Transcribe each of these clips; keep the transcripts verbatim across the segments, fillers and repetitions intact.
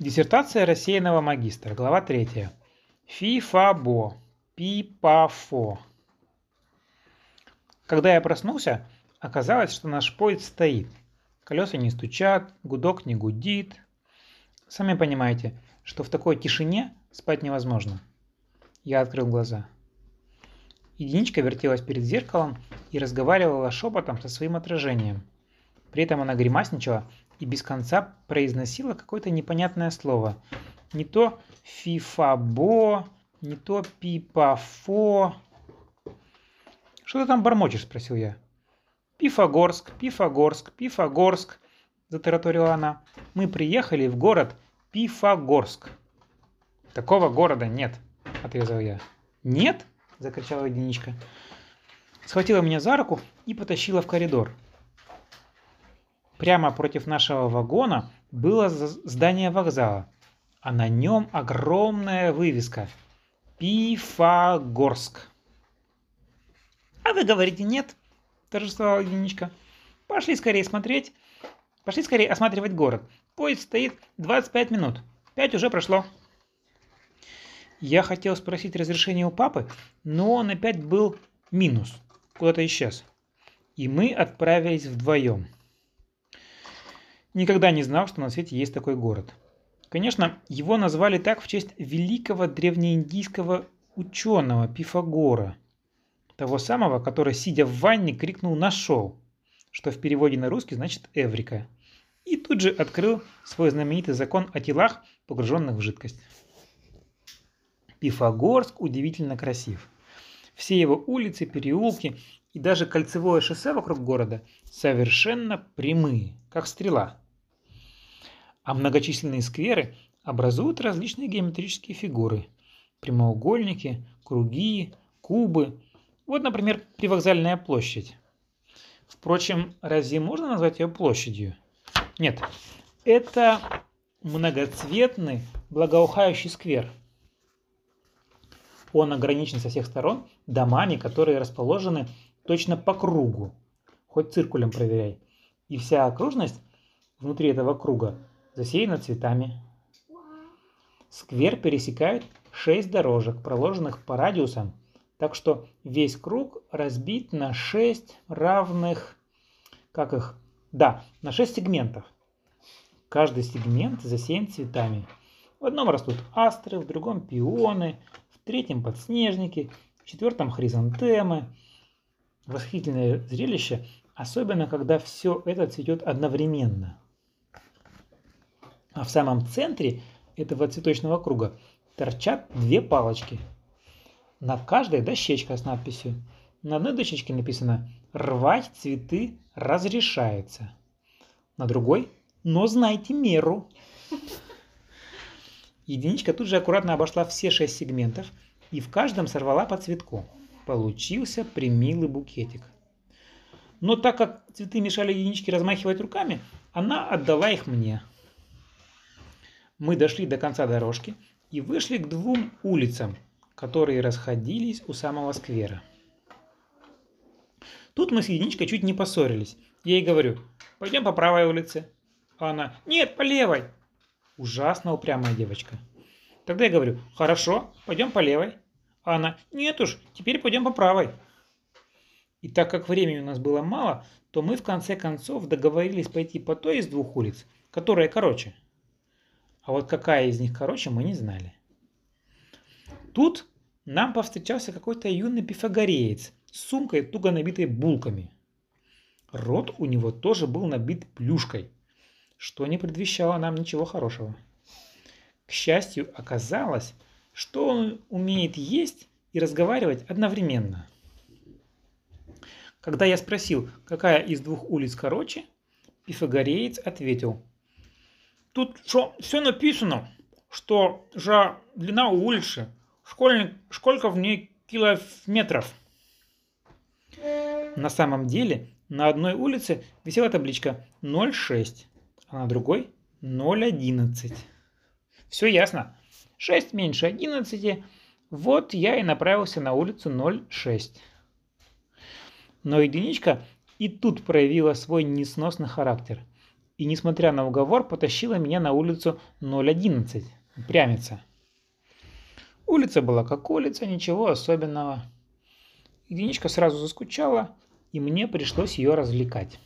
Диссертация рассеянного магистра. Глава третья. Фи-фа-бо. Пи-па-фо. Когда я проснулся, оказалось, что наш поезд стоит. Колеса не стучат, гудок не гудит. Сами понимаете, что в такой тишине спать невозможно. Я открыл глаза. Единичка вертелась перед зеркалом и разговаривала шепотом со своим отражением. При этом она гримасничала и без конца произносила какое-то непонятное слово. Не то фи-фа-бо, не то пи-па-фо. «Что ты там бормочешь?» – спросил я. «Пифагорск, Пифагорск, Пифагорск», – затараторила она. «Мы приехали в город Пифагорск». «Такого города нет», – отрезал я. «Нет?» – закричала единичка. Схватила меня за руку и потащила в коридор. Прямо против нашего вагона было здание вокзала, а на нем огромная вывеска «Пифагорск». «А вы говорите нет?» – торжествовала единичка. «Пошли скорее смотреть, пошли скорее осматривать город. Поезд стоит двадцать пять минут, пять уже прошло». Я хотел спросить разрешение у папы, но он опять был минус, куда-то исчез. И мы отправились вдвоем. Никогда не знал, что на свете есть такой город. Конечно, его назвали так в честь великого древнеиндийского ученого Пифагора, того самого, который, сидя в ванне, крикнул «нашел», что в переводе на русский значит «эврика», и тут же открыл свой знаменитый закон о телах, погруженных в жидкость. Пифагорск удивительно красив. Все его улицы, переулки и даже кольцевое шоссе вокруг города совершенно прямые, как стрела. А многочисленные скверы образуют различные геометрические фигуры. Прямоугольники, круги, кубы. Вот, например, привокзальная площадь. Впрочем, разве можно назвать ее площадью? Нет, это многоцветный благоухающий сквер. Он ограничен со всех сторон домами, которые расположены точно по кругу. Хоть циркулем проверяй. И вся окружность внутри этого круга засеяна цветами. Сквер пересекают шесть дорожек, проложенных по радиусам, так что весь круг разбит на шесть равных, как их, да, на шесть сегментов. Каждый сегмент засеян цветами. В одном растут астры, в другом пионы, в третьем подснежники, в четвертом хризантемы. Восхитительное зрелище, особенно когда все это цветет одновременно. А в самом центре этого цветочного круга торчат две палочки. На каждой дощечка с надписью. На одной дощечке написано «Рвать цветы разрешается». На другой «Но знайте меру». Единичка тут же аккуратно обошла все шесть сегментов и в каждом сорвала по цветку. Получился примилый букетик. Но так как цветы мешали единичке размахивать руками, она отдала их мне. Мы дошли до конца дорожки и вышли к двум улицам, которые расходились у самого сквера. Тут мы с единичкой чуть не поссорились. Я ей говорю: «Пойдем по правой улице». А она: «Нет, по левой». Ужасно упрямая девочка. Тогда я говорю: «Хорошо, пойдем по левой». А она: «Нет уж, теперь пойдем по правой». И так как времени у нас было мало, то мы в конце концов договорились пойти по той из двух улиц, которая короче. А вот какая из них короче, мы не знали. Тут нам повстречался какой-то юный пифагореец с сумкой, туго набитой булками. Рот у него тоже был набит плюшкой, что не предвещало нам ничего хорошего. К счастью, оказалось, что он умеет есть и разговаривать одновременно. Когда я спросил, какая из двух улиц короче, пифагореец ответил: «Тут шо, все написано, что же длина у улицы, школьник, сколько в ней километров». На самом деле на одной улице висела табличка ноль шесть, а на другой ноль одиннадцать. Все ясно. шесть меньше одиннадцати. Вот я и направился на улицу ноль шесть. Но единичка и тут проявила свой несносный характер. и, несмотря на уговор, потащила меня на улицу ноль одиннадцать, Прямица. Улица была как улица, ничего особенного. Единичка сразу заскучала, и мне пришлось ее развлекать.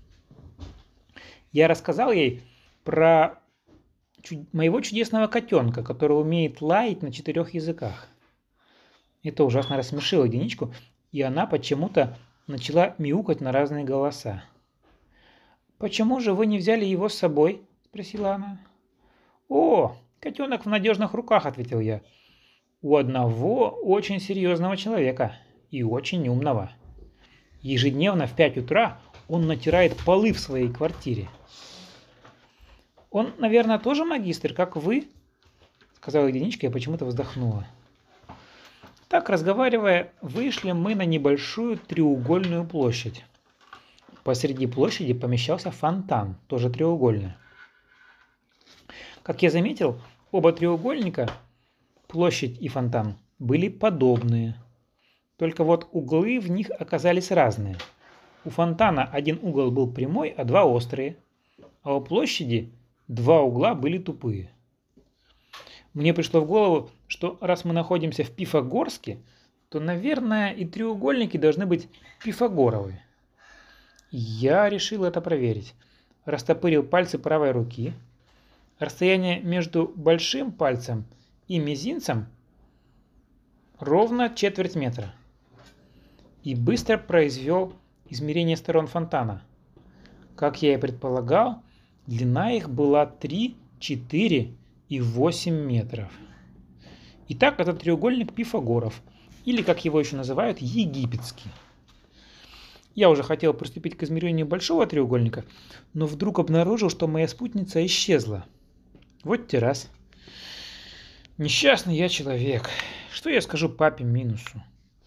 Я рассказал ей про чуд... моего чудесного котенка, который умеет лаять на четырех языках. Это ужасно рассмешило Единичку, и она почему-то начала мяукать на разные голоса. «Почему же вы не взяли его с собой?» – спросила она. «О, котенок в надежных руках», – ответил я. «У одного очень серьезного человека и очень умного. Ежедневно в пять утра он натирает полы в своей квартире». «Он, наверное, тоже магистр, как вы?» – сказала Единичка и почему-то вздохнула. Так, разговаривая, вышли мы на небольшую треугольную площадь. Посреди площади помещался фонтан, тоже треугольный. Как я заметил, оба треугольника, площадь и фонтан, были подобные. Только вот углы в них оказались разные. У фонтана один угол был прямой, а два острые, а у площади два угла были тупые. Мне пришло в голову, что раз мы находимся в Пифагорске, то, наверное, и треугольники должны быть пифагоровые. Я решил это проверить. Растопырил пальцы правой руки. Расстояние между большим пальцем и мизинцем ровно четверть метра. И быстро произвел измерение сторон фонтана. Как я и предполагал, длина их была три, четыре и восемь метров. Итак, это треугольник Пифагоров, или, как его еще называют, египетский. Я уже хотел приступить к измерению большого треугольника, но вдруг обнаружил, что моя спутница исчезла. Вот те раз. Несчастный я человек. Что я скажу папе Минусу?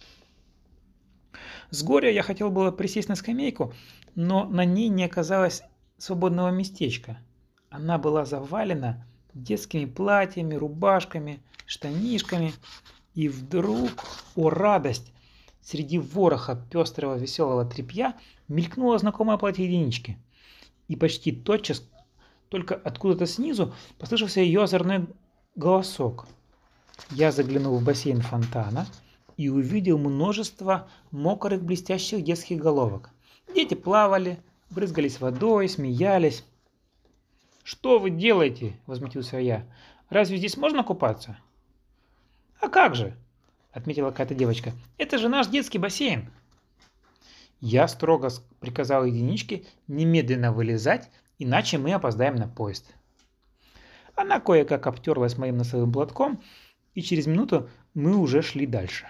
С горя я хотел было присесть на скамейку, но на ней не оказалось свободного местечка. Она была завалена детскими платьями, рубашками, штанишками. И вдруг, о радость, среди вороха пестрого веселого тряпья мелькнуло знакомое платье Единички. И почти тотчас, только откуда-то снизу, послышался ее озорной голосок. Я заглянул в бассейн фонтана и увидел множество мокрых блестящих детских головок. Дети плавали, брызгались водой, смеялись. «Что вы делаете?» – возмутился я. «Разве здесь можно купаться?» «А как же?» – отметила какая-то девочка. «Это же наш детский бассейн!» Я строго приказал Единичке немедленно вылезать, иначе мы опоздаем на поезд. Она кое-как обтерлась моим носовым платком, и через минуту мы уже шли дальше.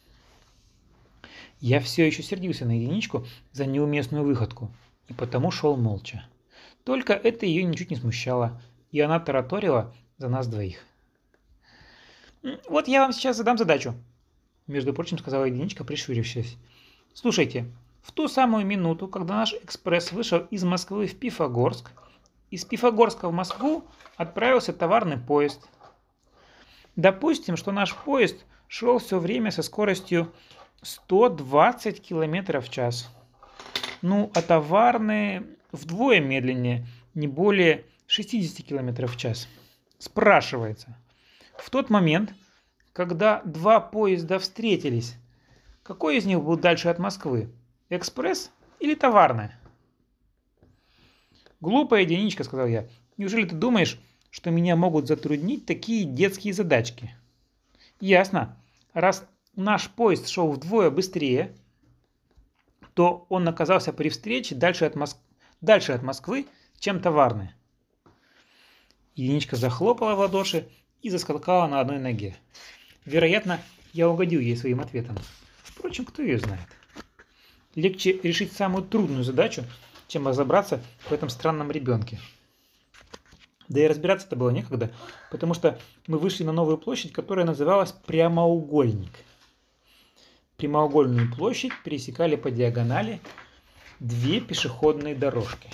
Я все еще сердился на Единичку за неуместную выходку, и потому шел молча. Только это ее ничуть не смущало, и она тараторила за нас двоих. «Вот я вам сейчас задам задачу», — между прочим сказала Единичка, прищурившись. «Слушайте, в ту самую минуту, когда наш экспресс вышел из Москвы в Пифагорск, из Пифагорска в Москву отправился товарный поезд. Допустим, что наш поезд шел все время со скоростью сто двадцать километров в час. Ну, а товарные вдвое медленнее, не более шестьдесят километров в час. Спрашивается, в тот момент, когда два поезда встретились, какой из них был дальше от Москвы? Экспресс или товарный?» «Глупая Единичка», — сказал я. «Неужели ты думаешь, что меня могут затруднить такие детские задачки?» «Ясно. Раз наш поезд шел вдвое быстрее, то он оказался при встрече дальше от, Моск... дальше от Москвы, чем товарный». Единичка захлопала в ладоши и заскакала на одной ноге. Вероятно, я угодил ей своим ответом. Впрочем, кто ее знает. Легче решить самую трудную задачу, чем разобраться в этом странном ребенке. Да и разбираться-то было некогда, потому что мы вышли на новую площадь, которая называлась Прямоугольник. Прямоугольную площадь пересекали по диагонали две пешеходные дорожки.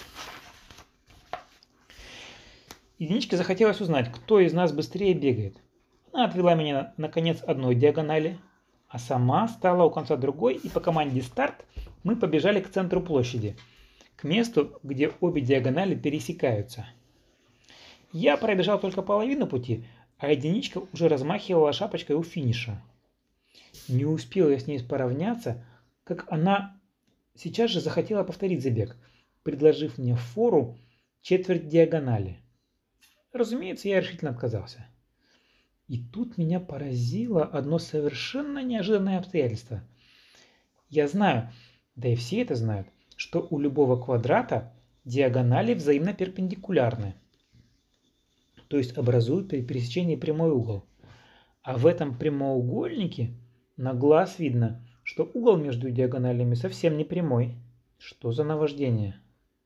Единичке захотелось узнать, кто из нас быстрее бегает. Она отвела меня на конец одной диагонали, а сама стала у конца другой, и по команде «Старт» мы побежали к центру площади. к месту, где обе диагонали пересекаются. Я пробежал только половину пути, а единичка уже размахивала шапочкой у финиша. Не успел я с ней поравняться, как она сейчас же захотела повторить забег, предложив мне фору четверть диагонали. Разумеется, я решительно отказался. И тут меня поразило одно совершенно неожиданное обстоятельство. Я знаю, да и все это знают, что у любого квадрата диагонали взаимно перпендикулярны, то есть образуют при пересечении прямой угол. А в этом прямоугольнике на глаз видно, что угол между диагоналями совсем не прямой. Что за наваждение?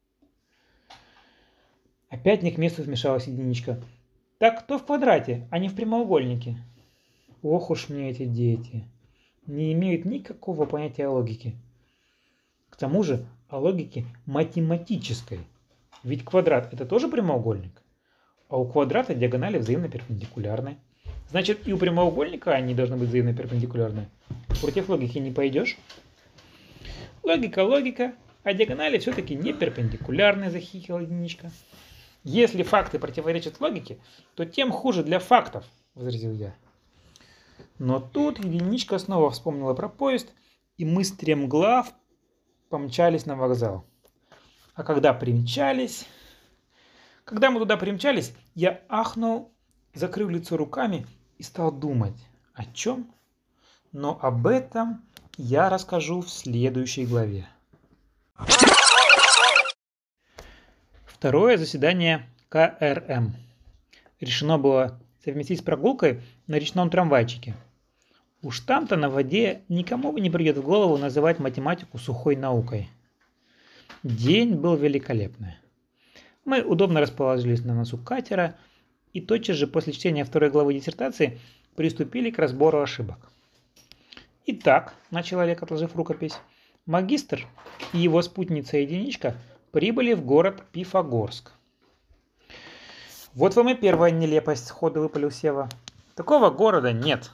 Опять не к месту вмешалась единичка. Так кто в квадрате, а не в прямоугольнике? Ох уж мне эти дети. Не имеют никакого понятия о логике. К тому же о логике математической. Ведь квадрат это тоже прямоугольник. А у квадрата диагонали взаимно перпендикулярны. Значит, и у прямоугольника они должны быть взаимно перпендикулярны. Против логики не пойдешь. Логика, логика, а диагонали все-таки не перпендикулярны, захихикала единичка. Если факты противоречат логике, то тем хуже для фактов, возразил я. Но тут единичка снова вспомнила про поезд, и мы стремглав помчались на вокзал. А когда примчались... Когда мы туда примчались, я ахнул, закрыл лицо руками и стал думать. О чем? Но об этом я расскажу в следующей главе. Второе заседание ка эр эм. Решено было совместить с прогулкой на речном трамвайчике. Уж там-то на воде никому не придет в голову называть математику сухой наукой. День был великолепный. Мы удобно расположились на носу катера и тотчас же после чтения второй главы диссертации приступили к разбору ошибок. Итак, начал Олег, отложив рукопись, магистр и его спутница единичка прибыли в город Пифагорск. Вот вам и первая нелепость, сходу выпалил Сева. Такого города нет.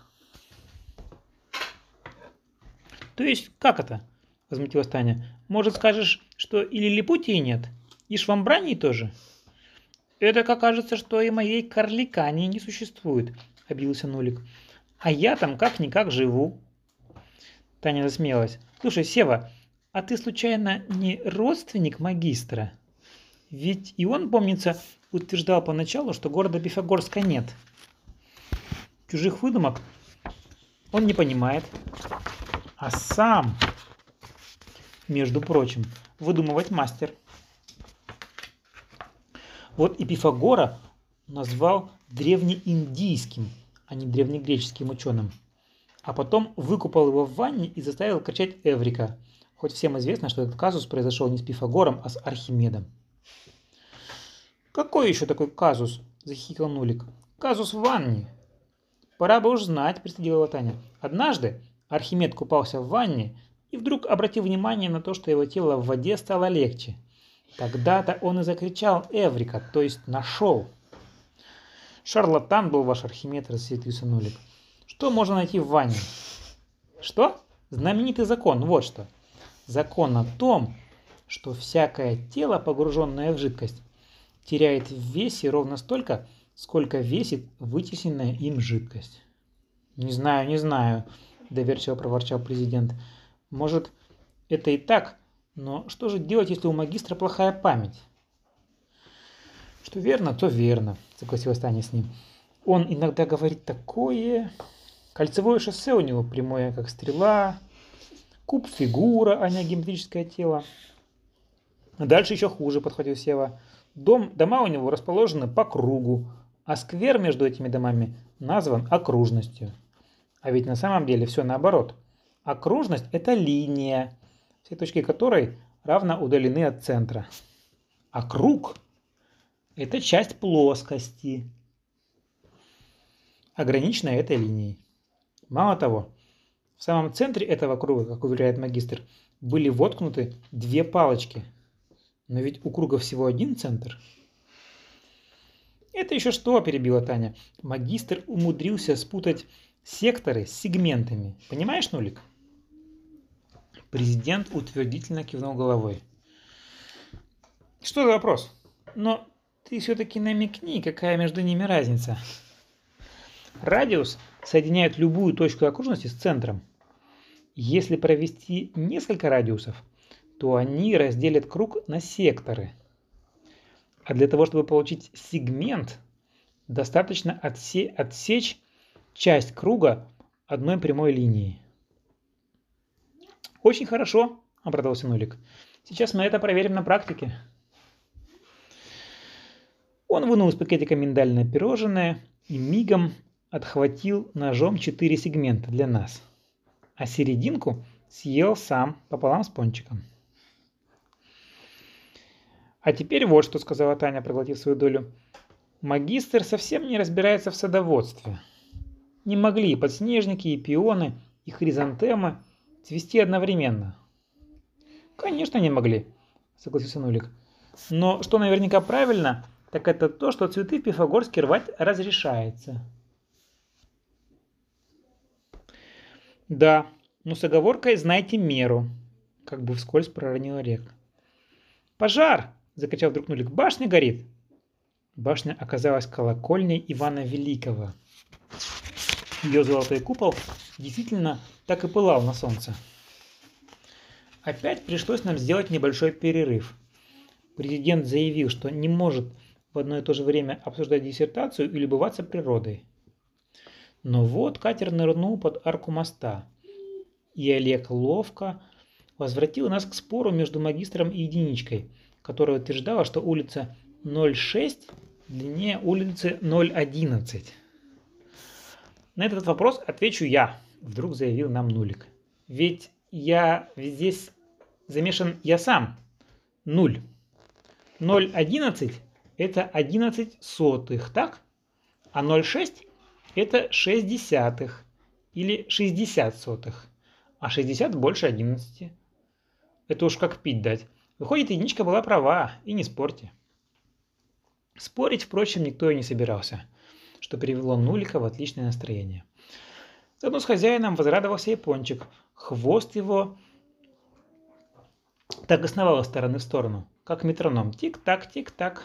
То есть, как это? Возмутилась Таня. Может, скажешь, что и Лилипутии нет? И Швамбрании тоже? Это как кажется, что и моей Карликании не существует, обиделся Нолик. А я там как-никак живу. Таня засмеялась. Слушай, Сева, а ты случайно не родственник магистра? Ведь и он, помнится, утверждал поначалу, что города Пифагорска нет. Чужих выдумок он не понимает. А сам, между прочим, выдумывать мастер. Вот и Пифагора назвал древнеиндийским, а не древнегреческим ученым. А потом выкупал его в ванне и заставил кричать Эврика. Хоть всем известно, что этот казус произошел не с Пифагором, а с Архимедом. «Какой еще такой казус?» – захихикал Нулик. «Казус в ванне». «Пора бы уж знать», – пристыдила его Таня. «Однажды Архимед купался в ванне и вдруг обратил внимание на то, что его тело в воде стало легче. Тогда-то он и закричал Эврика, то есть нашел». «Шарлатан был ваш Архимед», – рассветился Нулик. «Что можно найти в ванне?» «Что? Знаменитый закон, вот что. Закон о том, что всякое тело, погруженное в жидкость, теряет в весе ровно столько, сколько весит вытесненная им жидкость». «Не знаю, не знаю», – доверчиво проворчал президент. «Может, это и так, но что же делать, если у магистра плохая память?» «Что верно, то верно», – согласилась Таня с ним. «Он иногда говорит такое. Кольцевое шоссе у него прямое, как стрела. Куб фигура, а не геометрическое тело. Дальше еще хуже», – подхватил Сева. Дом, дома у него расположены по кругу, а сквер между этими домами назван окружностью. А ведь на самом деле все наоборот. Окружность – это линия, все точки которой равно удалены от центра. А круг – это часть плоскости, ограниченная этой линией. Мало того, в самом центре этого круга, как уверяет магистр, были воткнуты две палочки. Но ведь у круга всего один центр. «Это еще что?» – перебила Таня. «Магистр умудрился спутать секторы с сегментами. Понимаешь, Нулик?» Президент утвердительно кивнул головой. Что за вопрос? Но ты все-таки намекни, какая между ними разница. Радиус соединяет любую точку окружности с центром. Если провести несколько радиусов, то они разделят круг на секторы. А для того, чтобы получить сегмент, достаточно отсе- отсечь часть круга одной прямой линией. Очень хорошо, обрадовался Нулик. Сейчас мы это проверим на практике. Он вынул из пакетика миндальное пирожное и мигом отхватил ножом четыре сегмента для нас, а серединку съел сам пополам с пончиком. А теперь вот что сказала Таня, проглотив свою долю. Магистр совсем не разбирается в садоводстве. Не могли и подснежники, и пионы, и хризантемы цвести одновременно. Конечно, не могли, согласился Нулик. Но что наверняка правильно, так это то, что цветы в Пифагорске рвать разрешается. Да, но с оговоркой «знайте меру», как бы вскользь проронил Олег. «Пожар!» – закричал вдруг Нулик. «Башня горит!» Башня оказалась колокольней Ивана Великого. Ее золотой купол действительно так и пылал на солнце. Опять пришлось нам сделать небольшой перерыв. Президент заявил, что не может в одно и то же время обсуждать диссертацию и любоваться природой. Но вот катер нырнул под арку моста, и Олег ловко возвратил нас к спору между магистром и единичкой, которая утверждала, что улица ноль шесть длиннее улицы ноль одиннадцать. На этот вопрос отвечу я, вдруг заявил нам Нулик. Ведь я здесь замешан я сам. Нуль. ноль одиннадцать это одиннадцать сотых, так? А ноль шесть это шесть десятых или шестьдесят сотых. А шестьдесят больше одиннадцати. Это уж как пить дать. Выходит, единичка была права, и не спорьте. Спорить, впрочем, никто и не собирался, что привело Нулика в отличное настроение. Заодно с хозяином возрадовался и Пончик. Хвост его так и сновал из стороны в сторону, как метроном. Тик-так, тик-так.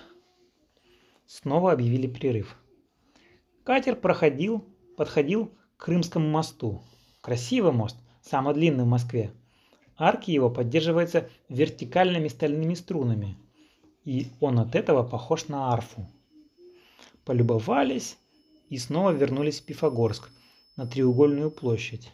Снова объявили перерыв. Катер проходил, подходил к Крымскому мосту. Красивый мост, самый длинный в Москве. Арки его поддерживаются вертикальными стальными струнами, и он от этого похож на арфу. Полюбовались и снова вернулись в Пифагорск, на Треугольную площадь.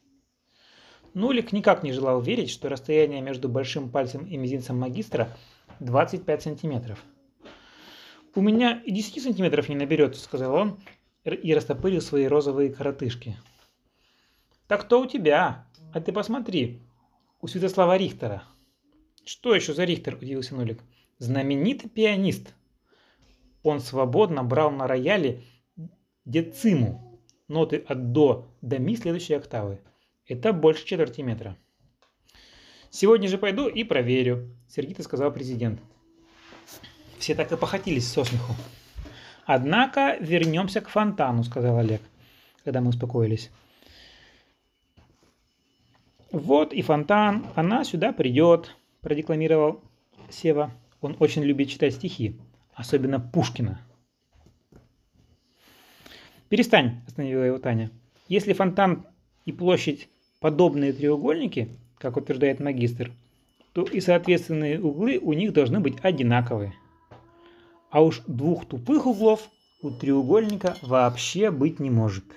Нулик никак не желал верить, что расстояние между большим пальцем и мизинцем магистра двадцать пять сантиметров. «У меня и десяти сантиметров не наберется», — сказал он и растопырил свои розовые коротышки. «Так то у тебя, а ты посмотри, у Святослава Рихтера». «Что еще за Рихтер?» — удивился Нулик. «Знаменитый пианист. Он свободно брал на рояле дециму, ноты от до до ми следующей октавы. Это больше четверти метра». «Сегодня же пойду и проверю», — сердито сказал президент. Все так и похотились со смеху. «Однако вернемся к фонтану», — сказал Олег, когда мы успокоились. «Вот и фонтан, она сюда придет», — продекламировал Сева. Он очень любит читать стихи, особенно Пушкина. «Перестань», — остановила его Таня. «Если фонтан и площадь подобные треугольники, как утверждает магистр, то и соответственные углы у них должны быть одинаковые. А уж двух тупых углов у треугольника вообще быть не может».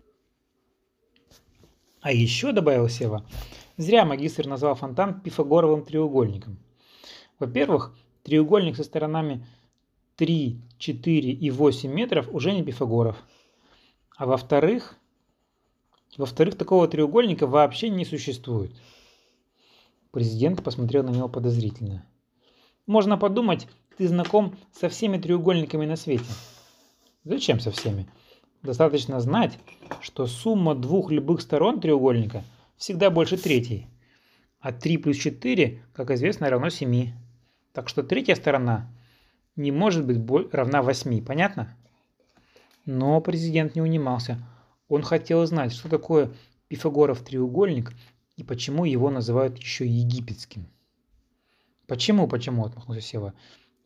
А еще, добавил Сева, зря магистр назвал фонтан пифагоровым треугольником. Во-первых, треугольник со сторонами три, четыре и восемь метров уже не Пифагоров. А во-вторых, во-вторых, такого треугольника вообще не существует. Президент посмотрел на него подозрительно. «Можно подумать, ты знаком со всеми треугольниками на свете». «Зачем со всеми? Достаточно знать, что сумма двух любых сторон треугольника всегда больше третьей. А три плюс четыре, как известно, равно семи. Так что третья сторона не может быть равна восьми. Понятно?» Но президент не унимался. Он хотел знать, что такое Пифагоров треугольник и почему его называют еще египетским. «Почему, почему?» — отмахнулся Сева.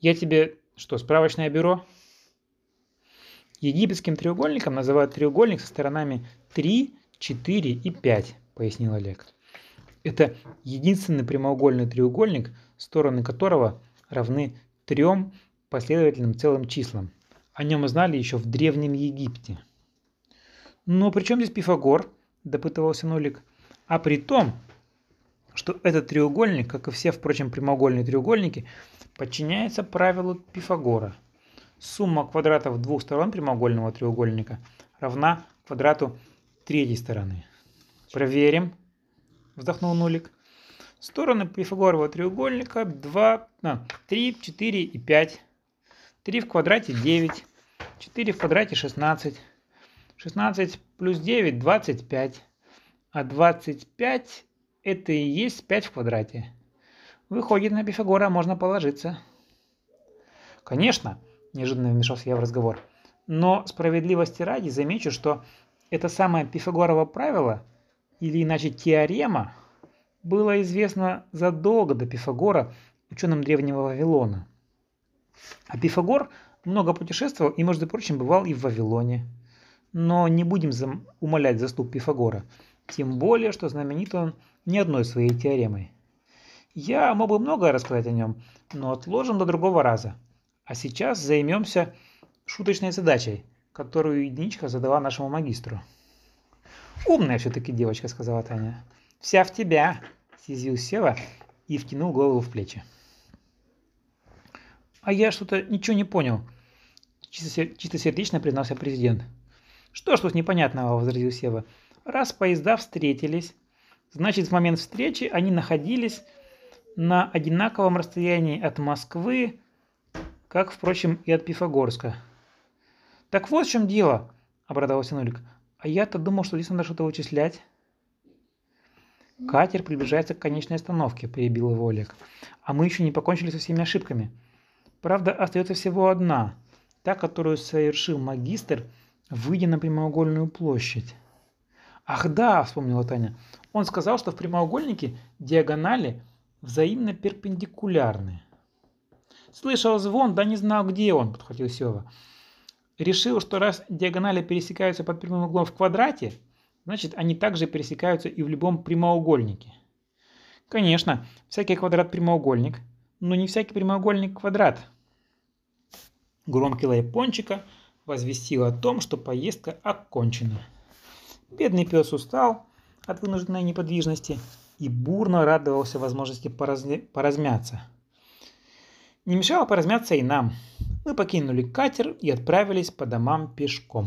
Я тебе что, справочное бюро? Египетским треугольником называют треугольник со сторонами три, четыре и пять, пояснил Олег. Это единственный прямоугольный треугольник, стороны которого равны трем последовательным целым числам. О нем узнали еще в Древнем Египте. Но при чем здесь Пифагор? Допытывался Нолик. А при том, что этот треугольник, как и все, впрочем, прямоугольные треугольники, подчиняется правилу Пифагора. Сумма квадратов двух сторон прямоугольного треугольника равна квадрату третьей стороны. Проверим, вздохнул Нолик. Стороны Пифагорового треугольника два, а, три, четыре и пять. три в квадрате девять. четыре в квадрате шестнадцать. шестнадцать плюс девять – двадцать пять. А двадцать пять – это и есть пять в квадрате. Выходит, на Пифагора можно положиться. Конечно, неожиданно вмешался я в разговор. Но справедливости ради замечу, что это самое Пифагорово правило, или иначе теорема, было известно задолго до Пифагора ученым древнего Вавилона. А Пифагор много путешествовал и, между прочим, бывал и в Вавилоне. Но не будем зам... умалять заслуг Пифагора, тем более, что знаменит он не одной своей теоремой. Я мог бы многое рассказать о нем, но отложим до другого раза. А сейчас займемся шуточной задачей, которую единичка задала нашему магистру. «Умная все-таки девочка», — сказала Таня. «Вся в тебя», — съязвил Сева и втянул голову в плечи. «А я что-то ничего не понял», — чистосердечно признался президент. «Что ж тут непонятного?» — возразил Сева. «Раз поезда встретились, значит, в момент встречи они находились на одинаковом расстоянии от Москвы, как, впрочем, и от Пифагорска». «Так вот в чем дело», — обрадовался Нолик. «А я-то думал, что здесь надо что-то вычислять». «Катер приближается к конечной остановке», — перебил его Олег. «А мы еще не покончили со всеми ошибками. Правда, остается всего одна, та, которую совершил магистр, выйдя на прямоугольную площадь». «Ах да», — вспомнила Таня. «Он сказал, что в прямоугольнике диагонали взаимно перпендикулярны». «Слышал звон, да не знал, где он», — подхватил Сева. «Решил, что раз диагонали пересекаются под прямым углом в квадрате, значит, они также пересекаются и в любом прямоугольнике». «Конечно, всякий квадрат прямоугольник, но не всякий прямоугольник квадрат». Громкий лай пончика возвестил о том, что поездка окончена. Бедный пес устал от вынужденной неподвижности и бурно радовался возможности поразня... поразмяться. Не мешало поразмяться и нам. Мы покинули катер и отправились по домам пешком.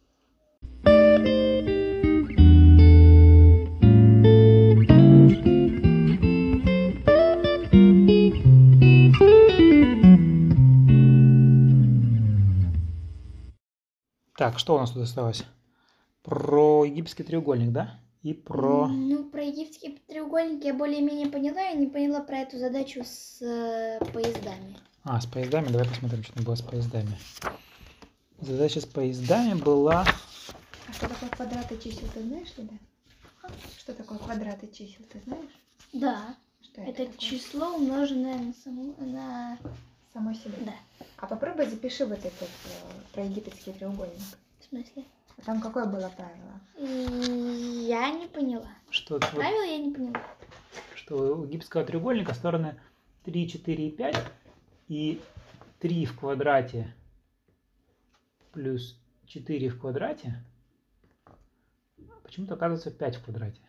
Так, что у нас тут осталось? Про египетский треугольник, да? И про... Ну, про египетский треугольник я более-менее поняла. Я не поняла про эту задачу с э, поездами. А, с поездами? Давай посмотрим, что там было с поездами. Задача с поездами была... А что такое квадраты чисел, ты знаешь ли, да? Что такое квадраты чисел, ты знаешь? Да. Что Это, такое? число, умноженное на само... на... Само себе? Да. А попробуй запиши вот этот э, про египетский треугольник. В смысле? А там какое было правило? И я не поняла. Что, Правила я не поняла. что у египетского треугольника стороны три, четыре и пять, и три в квадрате плюс четыре в квадрате почему-то оказывается пять в квадрате.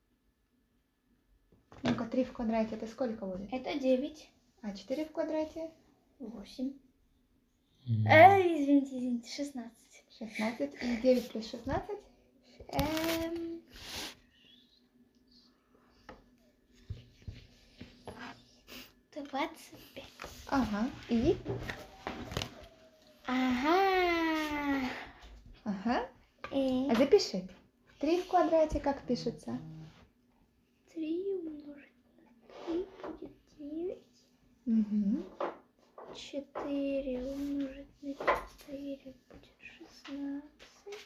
Ну-ка, три в квадрате это сколько будет? Это девять. А четыре в квадрате? восемь. Mm. Эй, извините, извините, шестнадцать. шестнадцать. И девять плюс шестнадцать? Эм... двадцать пять. Ага. И? Ага. Ага. И А запиши. три в квадрате как пишется? три умножить на три будет девять. Угу. четыре умножить на четыре будет шестнадцать.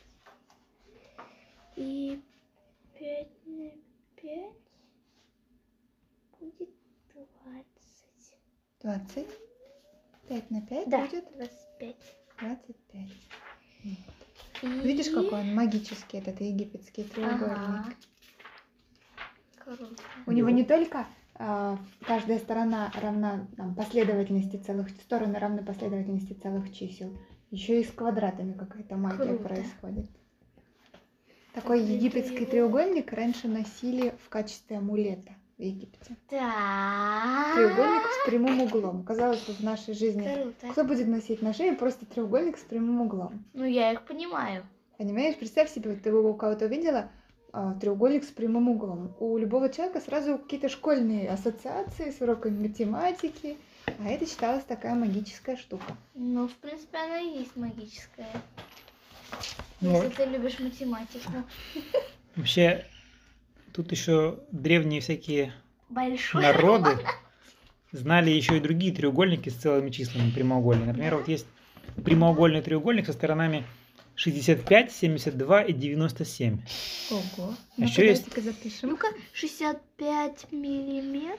И пять на пять будет двадцать. двадцать. пять на пять Да, будет двадцать пять. двадцать пять. И... Видишь, какой он магический, этот египетский треугольник. Ага. Круто. У него не только а, каждая сторона равна там, последовательности целых, стороны равны последовательности целых чисел, еще и с квадратами какая-то магия Круто. происходит. Такой Это египетский его- треугольник раньше носили в качестве амулета в Египте. Так. Треугольник с прямым углом. Казалось бы, в нашей жизни Круто. кто будет носить на шее просто треугольник с прямым углом? Ну, я их понимаю. Понимаешь, представь себе, вот ты у кого-то увидела а, треугольник с прямым углом. У любого человека сразу какие-то школьные ассоциации с уроками математики, а это считалась такая магическая штука. Ну, в принципе, она и есть магическая. Ну, Если ты любишь математику. вообще, тут еще древние всякие Большой. народы знали еще и другие треугольники с целыми числами прямоугольные. Например, Да? вот есть прямоугольный треугольник со сторонами шестьдесят пять, семьдесят два и девяносто семь. Ого. А еще есть- запишем. Ну-ка, шестьдесят пять миллиметров.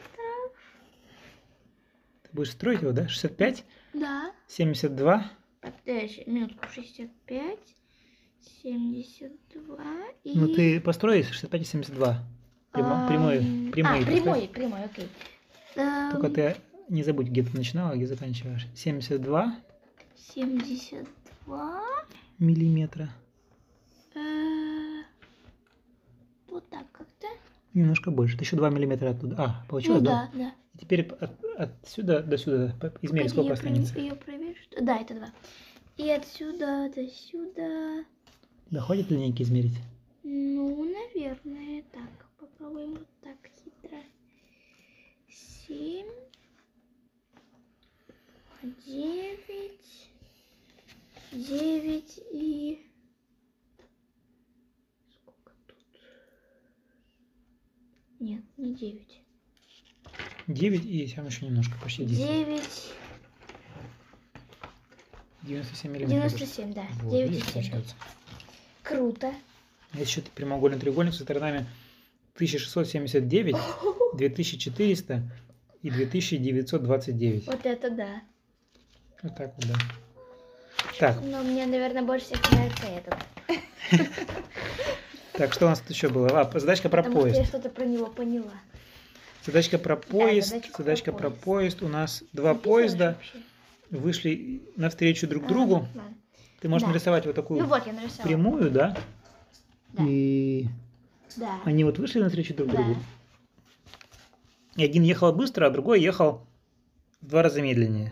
Ты будешь строить его, да? шестьдесят пять, Да. семьдесят два. Подожди, минутку. шестьдесят пять, семьдесят два и... Ну ты построишь шестьдесят пять и семьдесят два. Прямо, Ам, прямой, прямые. А, построй. прямой, прямой, окей. Эм, Только ты не забудь, где ты начинала, где заканчиваешь. семьдесят два семьдесят два. миллиметра. Э, Вот так как-то. Немножко больше. Ты еще два миллиметра оттуда. А, получилось, Ну да? да, да. И теперь от, отсюда до сюда. по- Измери, сколько останется. Ее проверю. Что... Да, это два. И отсюда до сюда. Доходит линейки измерить? Ну, наверное, так. Попробуем вот так хитро. Семь. Девять. Девять и... Сколько тут? Нет, не девять. девять и там еще немножко, почти десять. Девять. девяносто семь миллиметров. Девяносто семь, да. Вот, Девять и видишь, семь. получается. Круто. Есть еще прямоугольный треугольник со сторонами тысяча шестьсот семьдесят девять, две тысячи четыреста и две тысячи девятьсот двадцать девять. Вот это да. Вот так вот, да. Так, Но мне, наверное, больше всех нравится этот. так, что у нас тут еще было? А, задачка про Потому что я поезд. что-то про него поняла. Задачка про поезд. задачка про Задачка про поезд. поезд. У нас два Записываешь поезда вообще? вышли навстречу друг А, другу. ладно. Ты можешь да. нарисовать вот такую Ну вот, я нарисовала. прямую, да? Да. И Да. они вот вышли навстречу друг Да. другу. И один ехал быстро, а другой ехал в два раза медленнее.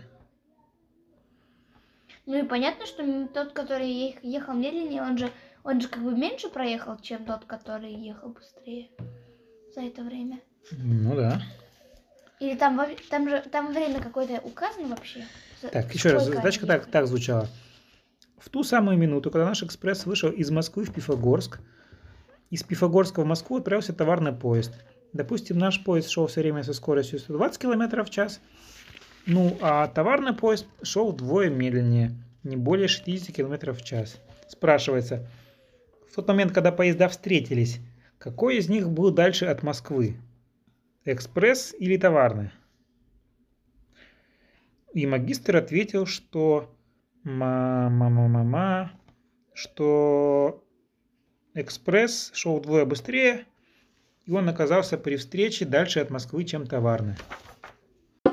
Ну и понятно, что м- тот, который ех- ехал медленнее, он же, он же как бы меньше проехал, чем тот, который ехал быстрее за это время. Ну да. Или там, во- там же там время какое-то указано вообще? За- Так, еще раз, сколько задачка они так, ехали? так звучала. В ту самую минуту, когда наш экспресс вышел из Москвы в Пифагорск, из Пифагорска в Москву отправился товарный поезд. Допустим, наш поезд шел все время со скоростью сто двадцать километров в час, ну а товарный поезд шел вдвое медленнее, не более шестьдесят километров в час. Спрашивается, в тот момент, когда поезда встретились, какой из них был дальше от Москвы? Экспресс или товарный? И магистр ответил, что ма-ма-ма-ма-ма, что экспресс шел вдвое быстрее, и он оказался при встрече дальше от Москвы, чем товарный. А,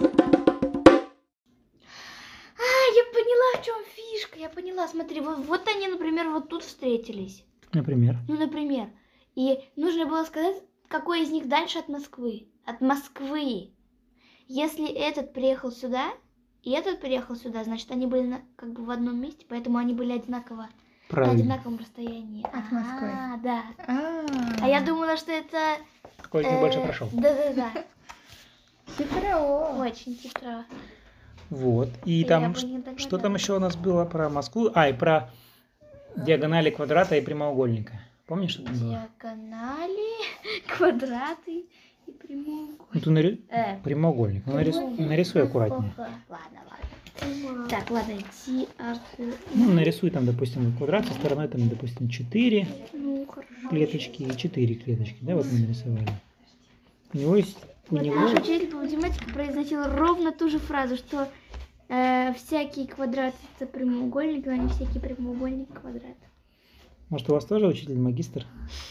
я поняла, в чем фишка. Я поняла. Смотри, вот, вот они, например, вот тут встретились. Например. Ну, например. И нужно было сказать, какой из них дальше от Москвы. От Москвы. Если этот приехал сюда, и этот приехал сюда, значит, они были на- как бы в одном месте, поэтому они были одинаково, на Правильно. одинаковом расстоянии. От Москвы. А, да. А, А я думала, что это... Какой из них больше э, прошел? Да-да-да. хитро. Очень хитро. Вот. И Я там, бы ш- не что там догадалась. еще у нас было про Москву? А, и про диагонали квадрата и прямоугольника. Помнишь, что там было? Диагонали, квадраты и прямоугольники. Ну, ты нари- Э, прямоугольник. Ну, нарис- прямоугольник. нарисуй аккуратнее. Ладно, ладно. Так, ладно, диагонали. Ну, нарисуй там, допустим, квадрат со стороной, там, допустим, четыре Ну, хорошо. клеточки и четыре клеточки. Да, вот мы нарисовали. У него есть... У Вот него... наш учитель по математике произносил ровно ту же фразу, что э, всякий квадрат это прямоугольник, а не всякий прямоугольник квадрат. Может, у вас тоже учитель-магистр?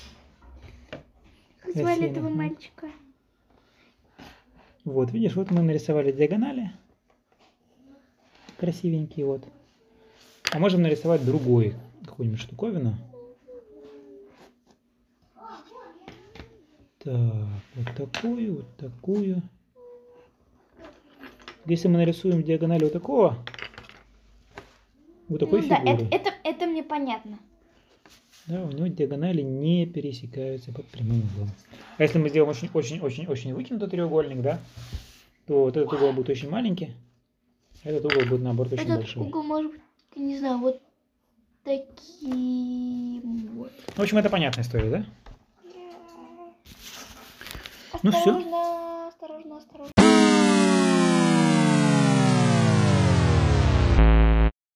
Как звали Красиво, этого да. мальчика? Вот, видишь, вот мы нарисовали диагонали. Красивенькие вот. А можем нарисовать другой какую-нибудь штуковину. Так, вот такую, вот такую. Если мы нарисуем диагонали вот такого, вот такой Ну да, фигуры, это, это, это мне понятно. да, у него диагонали не пересекаются под прямым углом. А если мы сделаем очень-очень-очень-очень вытянутый треугольник, да, то вот этот угол будет очень маленький, а этот угол будет, наоборот, очень Этот большой. угол может быть, я не знаю, вот таким вот. В общем, это понятная история, да? Ну всё. Осторожно, осторожно, осторожно.